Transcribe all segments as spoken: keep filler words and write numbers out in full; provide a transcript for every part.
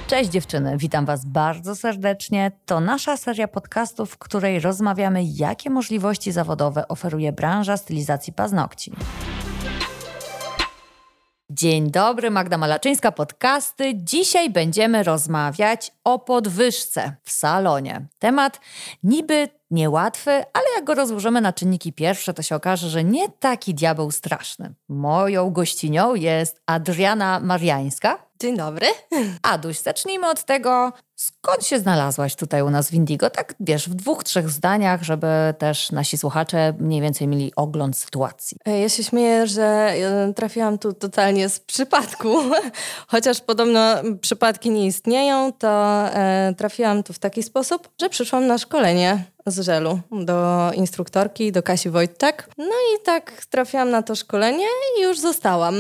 Cześć dziewczyny, witam Was bardzo serdecznie. To nasza seria podcastów, w której rozmawiamy, jakie możliwości zawodowe oferuje branża stylizacji paznokci. Dzień dobry, Magda Malaczyńska, podcasty. Dzisiaj będziemy rozmawiać o podwyżce w salonie. Temat niby niełatwy, ale jak go rozłożymy na czynniki pierwsze, to się okaże, że nie taki diabeł straszny. Moją gościnią jest Adriana Mariańska. Dzień dobry. Aduś, zacznijmy od tego, skąd się znalazłaś tutaj u nas w Indigo? Tak wiesz, w dwóch, trzech zdaniach, żeby też nasi słuchacze mniej więcej mieli ogląd sytuacji. Ja się śmieję, że trafiłam tu totalnie z przypadku. Chociaż podobno przypadki nie istnieją, to trafiłam tu w taki sposób, że przyszłam na szkolenie z żelu do instruktorki, do Kasi Wojtczak. No i tak trafiłam na to szkolenie i już zostałam.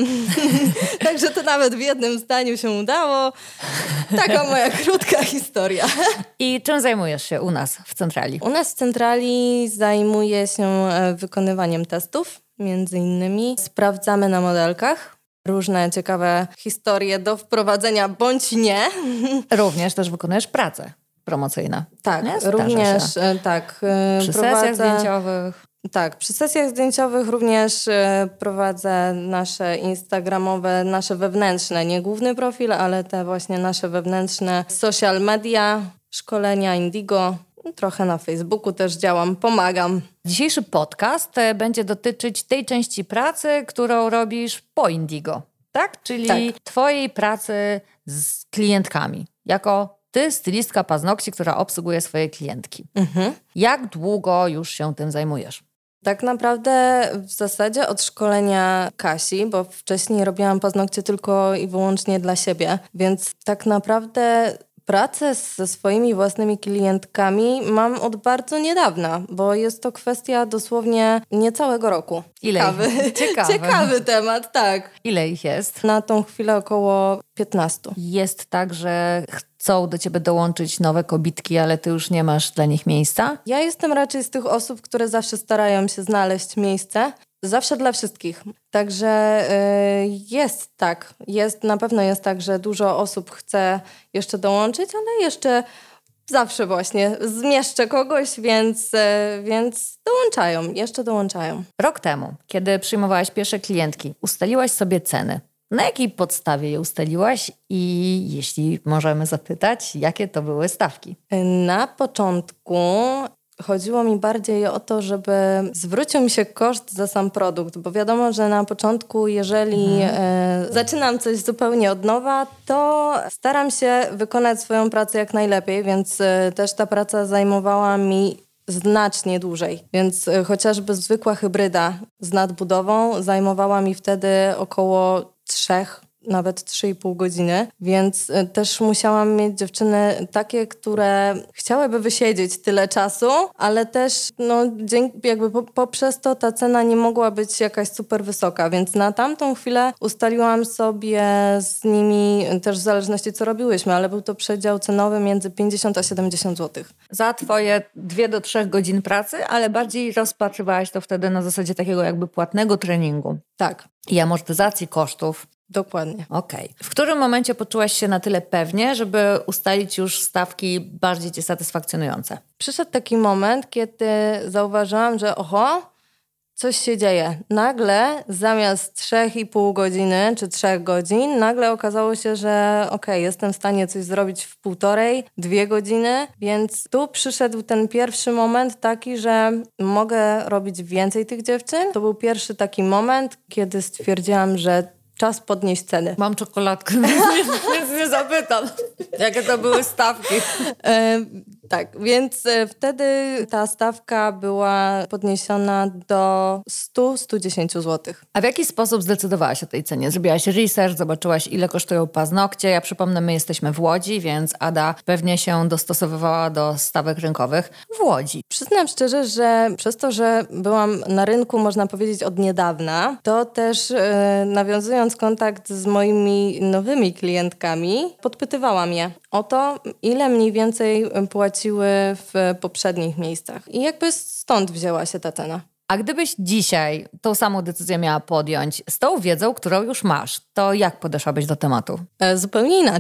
Także to nawet w jednym zdaniu się udało. Taka moja krótka historia. I czym zajmujesz się u nas w centrali? U nas w centrali zajmuję się wykonywaniem testów, między innymi. Sprawdzamy na modelkach różne ciekawe historie do wprowadzenia bądź nie. Również też wykonujesz pracę promocyjne. Tak, również tak. Przy prowadzę, sesjach zdjęciowych. Tak, przy sesjach zdjęciowych również prowadzę nasze instagramowe, nasze wewnętrzne, nie główny profil, ale te właśnie nasze wewnętrzne social media, szkolenia Indigo. Trochę na Facebooku też działam, pomagam. Dzisiejszy podcast będzie dotyczyć tej części pracy, którą robisz po Indigo, tak? Czyli tak. Twojej pracy z klientkami, jako ty, stylistka paznokci, która obsługuje swoje klientki. Mhm. Jak długo już się tym zajmujesz? Tak naprawdę w zasadzie od szkolenia Kasi, bo wcześniej robiłam paznokcie tylko i wyłącznie dla siebie, więc tak naprawdę pracę ze swoimi własnymi klientkami mam od bardzo niedawna, bo jest to kwestia dosłownie niecałego roku. Ile? Ciekawy, Ciekawy. Ciekawy temat, tak. Ile ich jest? Na tą chwilę około piętnastu. Jest tak, że chcą do ciebie dołączyć nowe kobitki, ale ty już nie masz dla nich miejsca? Ja jestem raczej z tych osób, które zawsze starają się znaleźć miejsce. Zawsze dla wszystkich. Także yy, jest tak. Jest, na pewno jest tak, że dużo osób chce jeszcze dołączyć, ale jeszcze zawsze właśnie zmieszczę kogoś, więc, yy, więc dołączają. Jeszcze dołączają. Rok temu, kiedy przyjmowałaś pierwsze klientki, ustaliłaś sobie ceny. Na jakiej podstawie je ustaliłaś i jeśli możemy zapytać, jakie to były stawki? Na początku chodziło mi bardziej o to, żeby zwrócił mi się koszt za sam produkt, bo wiadomo, że na początku, jeżeli mhm. e, zaczynam coś zupełnie od nowa, to staram się wykonać swoją pracę jak najlepiej, więc e, też ta praca zajmowała mi znacznie dłużej. Więc e, chociażby zwykła hybryda z nadbudową zajmowała mi wtedy około trzech, nawet trzy i pół godziny, więc też musiałam mieć dziewczyny takie, które chciałyby wysiedzieć tyle czasu, ale też no, dzięki, jakby po, poprzez to ta cena nie mogła być jakaś super wysoka, więc na tamtą chwilę ustaliłam sobie z nimi, też w zależności co robiłyśmy, ale był to przedział cenowy między pięćdziesiąt a siedemdziesiąt złotych. Za twoje dwie do trzech godzin pracy, ale bardziej rozpatrywałaś to wtedy na zasadzie takiego jakby płatnego treningu. Tak. I amortyzacji kosztów. Dokładnie. Okej. Okay. W którym momencie poczułaś się na tyle pewnie, żeby ustalić już stawki bardziej cię satysfakcjonujące? Przyszedł taki moment, kiedy zauważyłam, że oho, coś się dzieje. Nagle zamiast trzech i pół godziny czy trzech godzin, nagle okazało się, że okej, okay, jestem w stanie coś zrobić w półtorej, dwie godziny, więc tu przyszedł ten pierwszy moment taki, że mogę robić więcej tych dziewczyn. To był pierwszy taki moment, kiedy stwierdziłam, że czas podnieść ceny. Mam czekoladkę, więc nie zapytam, jakie to były stawki. E, tak, więc e, wtedy ta stawka była podniesiona do stu do stu dziesięciu złotych. A w jaki sposób zdecydowałaś o tej cenie? Zrobiłaś research, zobaczyłaś, ile kosztują paznokcie. Ja przypomnę, my jesteśmy w Łodzi, więc Ada pewnie się dostosowywała do stawek rynkowych w Łodzi. Przyznam szczerze, że przez to, że byłam na rynku, można powiedzieć, od niedawna, to też e, nawiązując kontakt z moimi nowymi klientkami, podpytywałam je o to, ile mniej więcej płaciły w poprzednich miejscach. I jakby stąd wzięła się ta cena. A gdybyś dzisiaj tą samą decyzję miała podjąć z tą wiedzą, którą już masz, to jak podeszłabyś do tematu? E, zupełnie inaczej.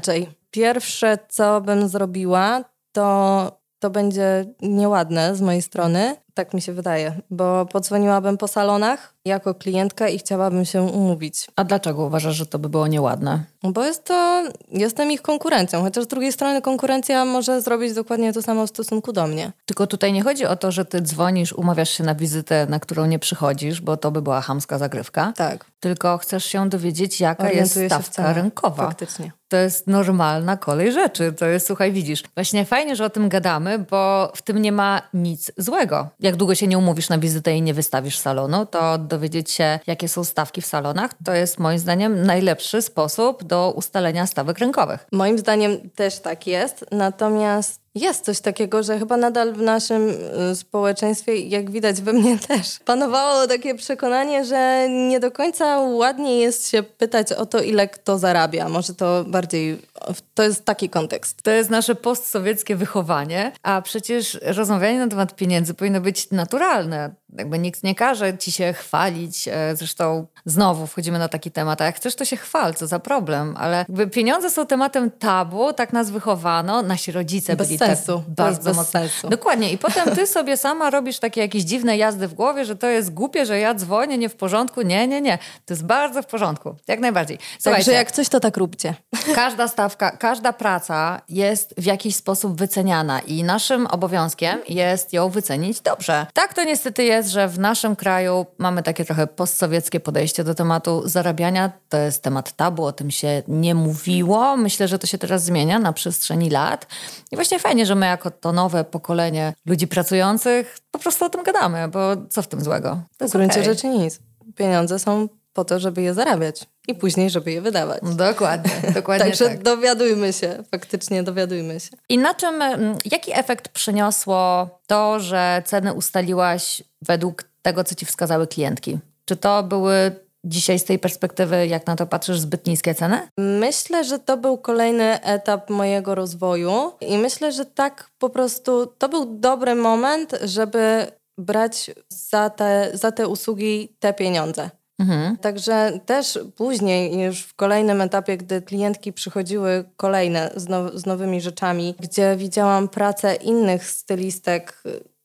pierwsze, co bym zrobiła, to, to będzie nieładne z mojej strony. Tak mi się wydaje, bo podzwoniłabym po salonach jako klientka i chciałabym się umówić. A dlaczego uważasz, że to by było nieładne? Bo jest to, jestem ich konkurencją, chociaż z drugiej strony konkurencja może zrobić dokładnie to samo w stosunku do mnie. Tylko tutaj nie chodzi o to, że ty dzwonisz, umawiasz się na wizytę, na którą nie przychodzisz, bo to by była chamska zagrywka. Tak. Tylko chcesz się dowiedzieć, jaka Orientuję jest się w stawka cenach. rynkowa. Faktycznie. To jest normalna kolej rzeczy. To jest, słuchaj, widzisz. Właśnie fajnie, że o tym gadamy, bo w tym nie ma nic złego. Jak długo się nie umówisz na wizytę i nie wystawisz salonu, to dowiedzieć się, jakie są stawki w salonach, to jest moim zdaniem najlepszy sposób do ustalenia stawek rynkowych. Moim zdaniem też tak jest, natomiast jest coś takiego, że chyba nadal w naszym y, społeczeństwie, jak widać we mnie też, panowało takie przekonanie, że nie do końca ładnie jest się pytać o to, ile kto zarabia. Może to bardziej, to jest taki kontekst. To jest nasze postsowieckie wychowanie, a przecież rozmawianie na temat pieniędzy powinno być naturalne. Jakby nikt nie każe ci się chwalić. Zresztą znowu wchodzimy na taki temat, a jak chcesz, to się chwal, co za problem. Ale jakby pieniądze są tematem tabu, tak nas wychowano. Nasi rodzice Bez byli sensu. tak bardzo bez mocno. sensu. Dokładnie. I potem ty sobie sama robisz takie jakieś dziwne jazdy w głowie, że to jest głupie, że ja dzwonię, nie w porządku. Nie, nie, nie. To jest bardzo w porządku. Jak najbardziej. Słuchajcie, Także jak coś, to tak róbcie. każda stawka, każda praca jest w jakiś sposób wyceniana i naszym obowiązkiem jest ją wycenić dobrze. Tak to niestety jest, że w naszym kraju mamy takie trochę postsowieckie podejście do tematu zarabiania. To jest temat tabu, o tym się nie mówiło. Myślę, że to się teraz zmienia na przestrzeni lat. I właśnie fajnie, że my jako to nowe pokolenie ludzi pracujących po prostu o tym gadamy, bo co w tym złego? To W jest gruncie okej. rzeczy nic. Pieniądze są po to, żeby je zarabiać i później, żeby je wydawać. Dokładnie, dokładnie Także tak. dowiadujmy się, faktycznie dowiadujmy się. I na czym, mm, jaki efekt przyniosło to, że ceny ustaliłaś według tego, co ci wskazały klientki? Czy to były dzisiaj z tej perspektywy, jak na to patrzysz, zbyt niskie ceny? Myślę, że to był kolejny etap mojego rozwoju i myślę, że tak po prostu to był dobry moment, żeby brać za te, za te usługi te pieniądze. Mhm. Także też później, już w kolejnym etapie, gdy klientki przychodziły kolejne z, now, z nowymi rzeczami, gdzie widziałam pracę innych stylistek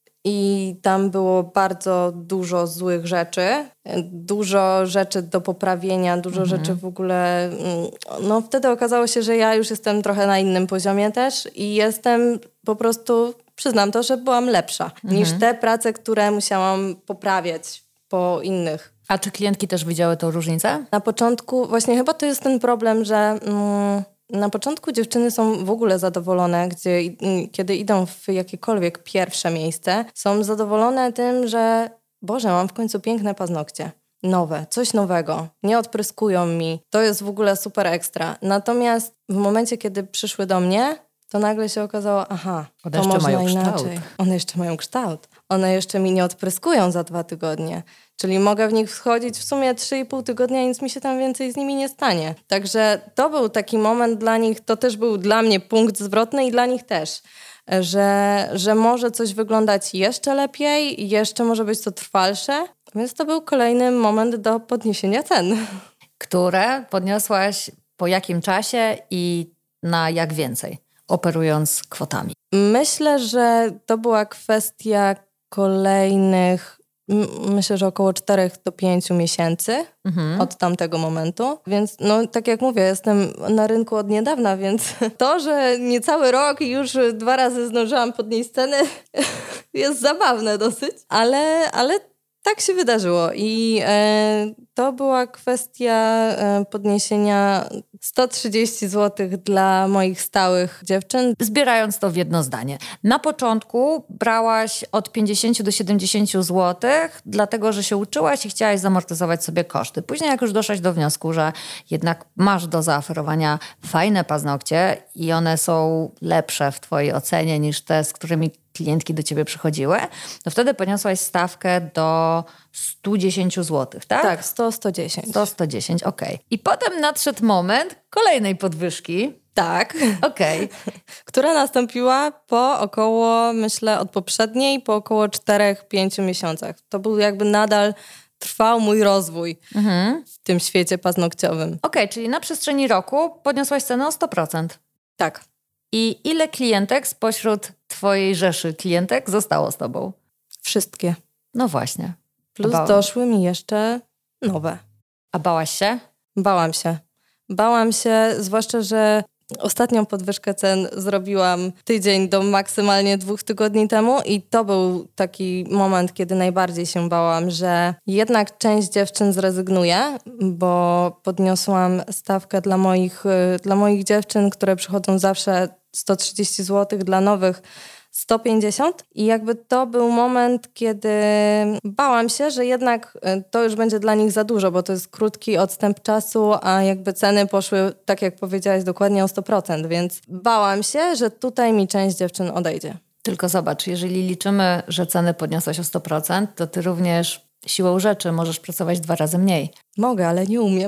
i tam było bardzo dużo złych rzeczy, dużo rzeczy do poprawienia, dużo mhm. rzeczy w ogóle... No wtedy okazało się, że ja już jestem trochę na innym poziomie też i jestem po prostu, przyznam to, że byłam lepsza mhm. niż te prace, które musiałam poprawiać po innych. A czy klientki też widziały tą różnicę? Na początku, właśnie chyba to jest ten problem, że mm, na początku dziewczyny są w ogóle zadowolone, gdzie, kiedy idą w jakiekolwiek pierwsze miejsce, są zadowolone tym, że Boże, mam w końcu piękne paznokcie. Nowe, coś nowego, nie odpryskują mi. To jest w ogóle super ekstra. Natomiast w momencie, kiedy przyszły do mnie, to nagle się okazało, aha, One to jeszcze można mają inaczej. kształt. One jeszcze mają kształt. One jeszcze mi nie odpryskują za dwa tygodnie. Czyli mogę w nich wchodzić w sumie trzy i pół tygodnia i nic mi się tam więcej z nimi nie stanie. Także to był taki moment dla nich, to też był dla mnie punkt zwrotny i dla nich też, że, że może coś wyglądać jeszcze lepiej, jeszcze może być to trwalsze. Więc to był kolejny moment do podniesienia cen. Które podniosłaś po jakim czasie i na jak więcej, operując kwotami? Myślę, że to była kwestia kolejnych, m- myślę, że około czterech do pięciu miesięcy mhm. od tamtego momentu. Więc no tak jak mówię, jestem na rynku od niedawna, więc to, że niecały rok i już dwa razy zdążyłam podnieść cenę jest zabawne dosyć, ale, ale tak się wydarzyło i e, to była kwestia e, podniesienia sto trzydzieści złotych dla moich stałych dziewczyn. Zbierając to w jedno zdanie. Na początku brałaś od pięćdziesiąt do siedemdziesięciu złotych, dlatego że się uczyłaś i chciałaś zamortyzować sobie koszty. Później jak już doszłaś do wniosku, że jednak masz do zaoferowania fajne paznokcie i one są lepsze w twojej ocenie niż te, z którymi klientki do ciebie przychodziły, to wtedy podniosłaś stawkę do stu dziesięciu złotych, tak? Tak, sto, sto dziesięć. sto, sto dziesięć, okej. Okay. I potem nadszedł moment kolejnej podwyżki. Tak. Okej. Okay. Która nastąpiła po około, myślę, od poprzedniej, po około czterech, pięciu miesiącach. To był jakby nadal trwał mój rozwój mhm. w tym świecie paznokciowym. Okej, okay, czyli na przestrzeni roku podniosłaś cenę o sto procent. Tak. I ile klientek spośród twojej rzeszy klientek zostało z tobą? Wszystkie. No właśnie. Plus Ba- doszły mi jeszcze nowe. A bałaś się? Bałam się. Bałam się, zwłaszcza, że ostatnią podwyżkę cen zrobiłam tydzień do maksymalnie dwóch tygodni temu i to był taki moment, kiedy najbardziej się bałam, że jednak część dziewczyn zrezygnuje, bo podniosłam stawkę dla moich, dla moich dziewczyn, które przychodzą zawsze sto trzydzieści złotych, dla nowych sto pięćdziesiąt i jakby to był moment, kiedy bałam się, że jednak to już będzie dla nich za dużo, bo to jest krótki odstęp czasu, a jakby ceny poszły, tak jak powiedziałaś, dokładnie o sto procent, więc bałam się, że tutaj mi część dziewczyn odejdzie. Tylko zobacz, jeżeli liczymy, że ceny podniosłaś o sto procent, to ty również siłą rzeczy możesz pracować dwa razy mniej. Mogę, ale nie umiem.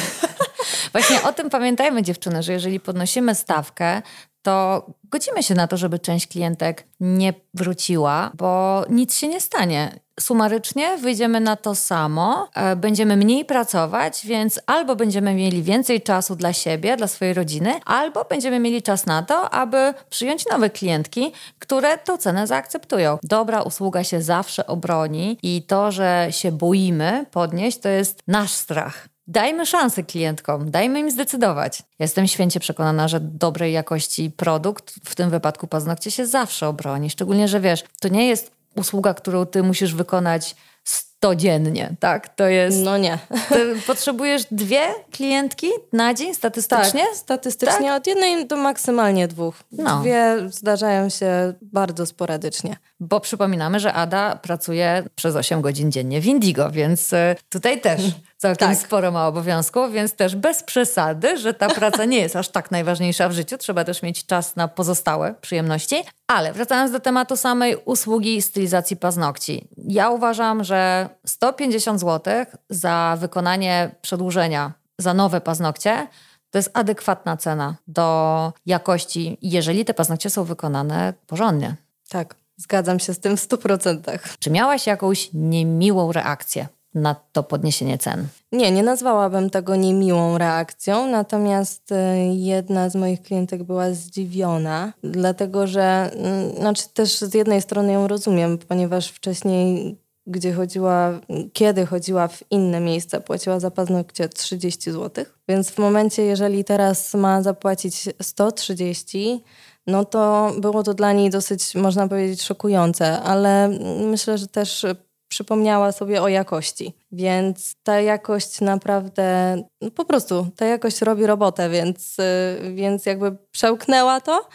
Właśnie o tym pamiętajmy, dziewczyny, że jeżeli podnosimy stawkę, to godzimy się na to, żeby część klientek nie wróciła, bo nic się nie stanie. Sumarycznie wyjdziemy na to samo, e, będziemy mniej pracować, więc albo będziemy mieli więcej czasu dla siebie, dla swojej rodziny, albo będziemy mieli czas na to, aby przyjąć nowe klientki, które tą cenę zaakceptują. Dobra usługa się zawsze obroni i to, że się boimy podnieść, to jest nasz strach. Dajmy szansę klientkom, dajmy im zdecydować. Jestem święcie przekonana, że dobrej jakości produkt, w tym wypadku paznokcie, się zawsze obroni. Szczególnie, że wiesz, to nie jest usługa, którą ty musisz wykonać sto dziennie, tak? To jest... No nie. Ty potrzebujesz dwie klientki na dzień statystycznie? Tak, statystycznie tak? Od jednej do maksymalnie dwóch. No. Dwie zdarzają się bardzo sporadycznie. Bo przypominamy, że Ada pracuje przez osiem godzin dziennie w Indigo, więc tutaj też całkiem tak. sporo ma obowiązków, więc też bez przesady, że ta praca nie jest aż tak najważniejsza w życiu. Trzeba też mieć czas na pozostałe przyjemności. Ale wracając do tematu samej usługi stylizacji paznokci. Ja uważam, że sto pięćdziesiąt złotych za wykonanie przedłużenia za nowe paznokcie to jest adekwatna cena do jakości, jeżeli te paznokcie są wykonane porządnie. Tak, zgadzam się z tym w stu procentach. Czy miałaś jakąś niemiłą reakcję na to podniesienie cen? Nie, nie nazwałabym tego niemiłą reakcją, natomiast jedna z moich klientek była zdziwiona, dlatego że, znaczy też z jednej strony ją rozumiem, ponieważ wcześniej, gdzie chodziła, kiedy chodziła w inne miejsce, płaciła za paznokcie trzydzieści złotych, więc w momencie, jeżeli teraz ma zapłacić sto trzydzieści, no to było to dla niej dosyć, można powiedzieć, szokujące, ale myślę, że też przypomniała sobie o jakości, więc ta jakość naprawdę, no po prostu ta jakość robi robotę, więc, więc jakby przełknęła to.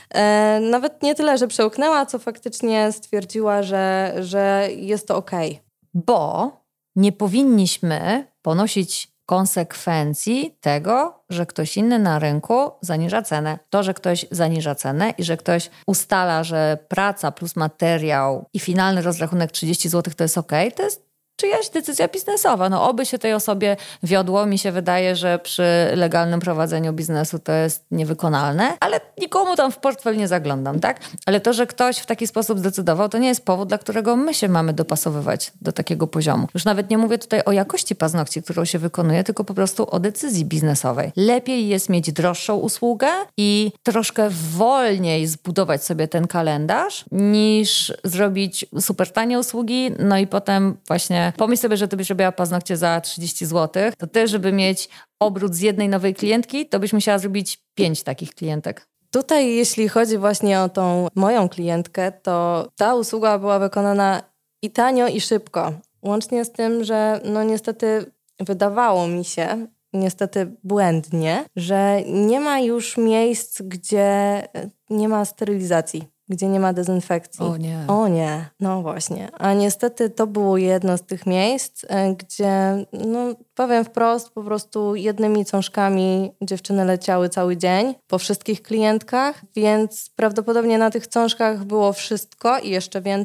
E, nawet nie tyle, że przełknęła, co faktycznie stwierdziła, że, że jest to okej. Bo nie powinniśmy ponosić konsekwencji tego, że ktoś inny na rynku zaniża cenę. To, że ktoś zaniża cenę i że ktoś ustala, że praca plus materiał i finalny rozrachunek trzydzieści złotych to jest okej, to jest czyjaś decyzja biznesowa. No oby się tej osobie wiodło. Mi się wydaje, że przy legalnym prowadzeniu biznesu to jest niewykonalne, ale nikomu tam w portfel nie zaglądam, tak? Ale to, że ktoś w taki sposób zdecydował, to nie jest powód, dla którego my się mamy dopasowywać do takiego poziomu. Już nawet nie mówię tutaj o jakości paznokci, którą się wykonuje, tylko po prostu o decyzji biznesowej. Lepiej jest mieć droższą usługę i troszkę wolniej zbudować sobie ten kalendarz, niż zrobić super tanie usługi, no i potem właśnie pomyśl sobie, że ty byś robiła paznokcie za trzydzieści złotych, to ty, żeby mieć obrót z jednej nowej klientki, to byś musiała zrobić pięć takich klientek. Tutaj, jeśli chodzi właśnie o tą moją klientkę, to ta usługa była wykonana i tanio, i szybko. Łącznie z tym, że no niestety wydawało mi się, niestety błędnie, że nie ma już miejsc, gdzie nie ma sterylizacji, gdzie nie ma dezynfekcji. O nie. O nie, no właśnie. A niestety to było jedno z tych miejsc, gdzie, no powiem wprost, po prostu jednymi cążkami dziewczyny leciały cały dzień po wszystkich klientkach, więc prawdopodobnie na tych cążkach było wszystko i jeszcze więcej.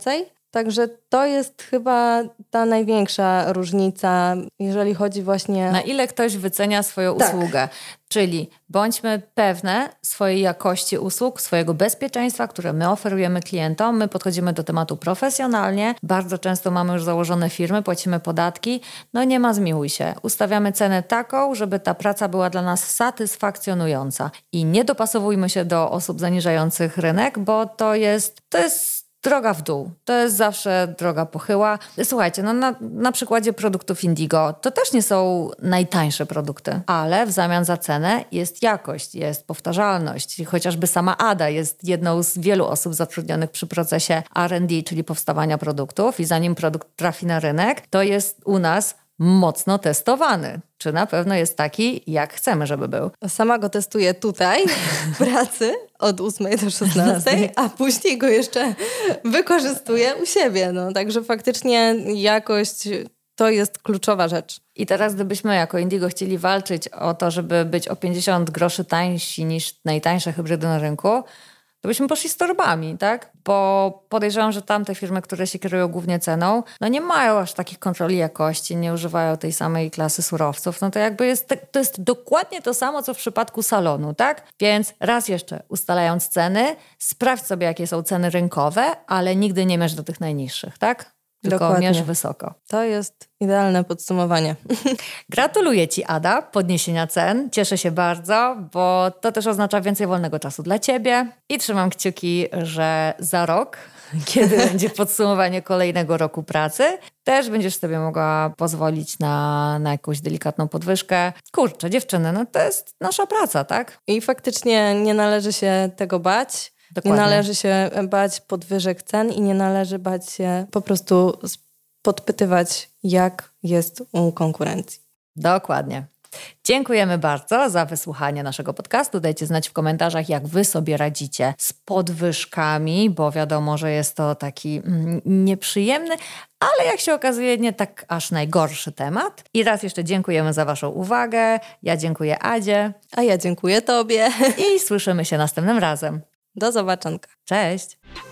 Także to jest chyba ta największa różnica, jeżeli chodzi właśnie... Na ile ktoś wycenia swoją Tak. usługę. Czyli bądźmy pewne swojej jakości usług, swojego bezpieczeństwa, które my oferujemy klientom. My podchodzimy do tematu profesjonalnie. Bardzo często mamy już założone firmy, płacimy podatki. No nie ma zmiłuj się. Ustawiamy cenę taką, żeby ta praca była dla nas satysfakcjonująca. I nie dopasowujmy się do osób zaniżających rynek, bo to jest... To jest droga w dół. To jest zawsze droga pochyła. Słuchajcie, no na, na przykładzie produktów Indigo to też nie są najtańsze produkty, ale w zamian za cenę jest jakość, jest powtarzalność. Chociażby sama Ada jest jedną z wielu osób zatrudnionych przy procesie R and D, czyli powstawania produktów i zanim produkt trafi na rynek, to jest u nas mocno testowany. Czy na pewno jest taki, jak chcemy, żeby był. Sama go testuję tutaj w pracy od ósmej do szesnastej, a później go jeszcze wykorzystuję u siebie. No, także faktycznie jakość to jest kluczowa rzecz. I teraz gdybyśmy jako Indigo chcieli walczyć o to, żeby być o pięćdziesiąt groszy tańsi niż najtańsze hybrydy na rynku, to byśmy poszli z torbami, tak? Bo podejrzewam, że tamte firmy, które się kierują głównie ceną, no nie mają aż takich kontroli jakości, nie używają tej samej klasy surowców. No to jakby jest, to jest dokładnie to samo, co w przypadku salonu, tak? Więc raz jeszcze, ustalając ceny, sprawdź sobie, jakie są ceny rynkowe, ale nigdy nie mierz do tych najniższych, tak? Tylko Dokładnie. mierz wysoko. To jest idealne podsumowanie. Gratuluję Ci, Ada, podniesienia cen. Cieszę się bardzo, bo to też oznacza więcej wolnego czasu dla Ciebie. I trzymam kciuki, że za rok, kiedy będzie podsumowanie kolejnego roku pracy, też będziesz sobie mogła pozwolić na, na jakąś delikatną podwyżkę. Kurczę, dziewczyny, no to jest nasza praca, tak? I faktycznie nie należy się tego bać. Dokładnie. Nie należy się bać podwyżek cen i nie należy bać się po prostu podpytywać, jak jest u konkurencji. Dokładnie. Dziękujemy bardzo za wysłuchanie naszego podcastu. Dajcie znać w komentarzach, jak wy sobie radzicie z podwyżkami, bo wiadomo, że jest to taki mm, nieprzyjemny, ale jak się okazuje, nie tak aż najgorszy temat. I raz jeszcze dziękujemy za waszą uwagę. Ja dziękuję Adzie. A ja dziękuję tobie. I słyszymy się następnym razem. Do zobaczonka. Cześć!